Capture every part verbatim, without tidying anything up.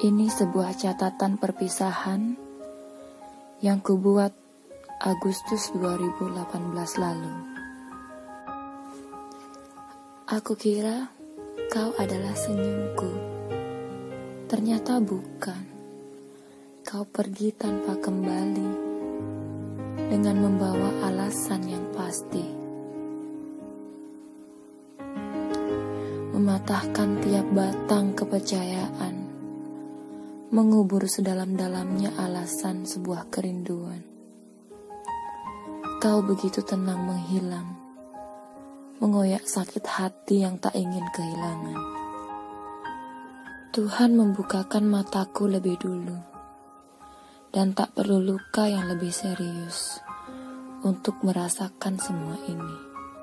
Ini sebuah catatan perpisahan yang kubuat Agustus dua ribu delapan belas lalu. Aku kira kau adalah senyumku. Ternyata bukan. Kau pergi tanpa kembali dengan membawa alasan yang pasti. Mematahkan tiap batang kepercayaan, mengubur sedalam-dalamnya alasan sebuah kerinduan. Kau begitu tenang menghilang, mengoyak sakit hati yang tak ingin kehilangan. Tuhan membukakan mataku lebih dulu, dan tak perlu luka yang lebih serius untuk merasakan semua ini.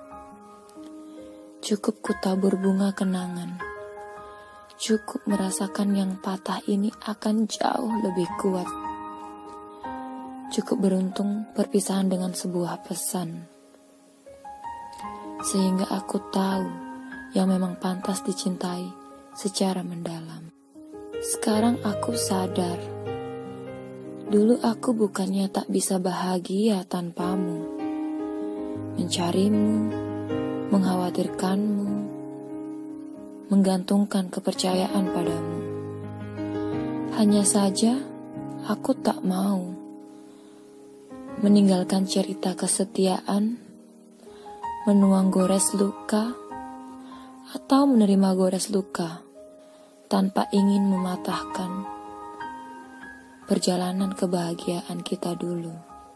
Cukup kutabur bunga kenangan, cukup merasakan yang patah ini akan jauh lebih kuat. Cukup beruntung perpisahan dengan sebuah pesan, sehingga aku tahu yang memang pantas dicintai secara mendalam. Sekarang aku sadar, dulu aku bukannya tak bisa bahagia tanpamu, mencarimu, mengkhawatirkanmu, menggantungkan kepercayaan padamu. Hanya saja aku tak mau meninggalkan cerita kesetiaan, menuang gores luka, atau menerima gores luka tanpa ingin mematahkan perjalanan kebahagiaan kita dulu.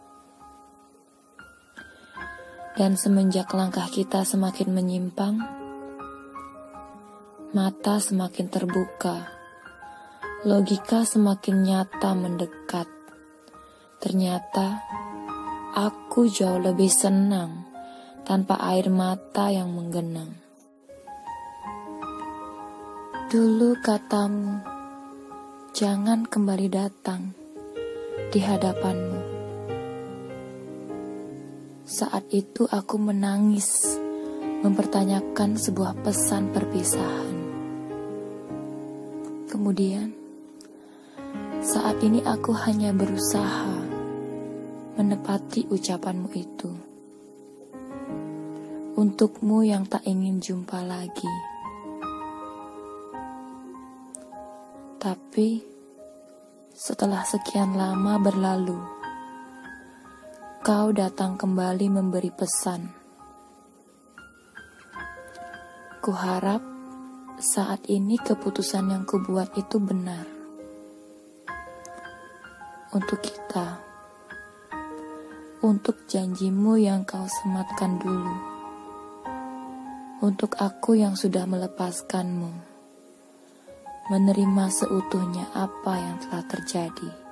Dan semenjak langkah kita semakin menyimpang, mata semakin terbuka, logika semakin nyata mendekat. Ternyata aku jauh lebih senang tanpa air mata yang menggenang. Dulu katamu, jangan kembali datang di hadapanmu. Saat itu aku menangis, mempertanyakan sebuah pesan perpisahan. Kemudian, saat ini aku hanya berusaha menepati ucapanmu itu. Untukmu yang tak ingin jumpa lagi. Tapi, setelah sekian lama berlalu, kau datang kembali memberi pesan. Kuharap saat ini keputusan yang kubuat itu benar. Untuk kita. Untuk janjimu yang kau sematkan dulu. Untuk aku yang sudah melepaskanmu. Menerima seutuhnya apa yang telah terjadi.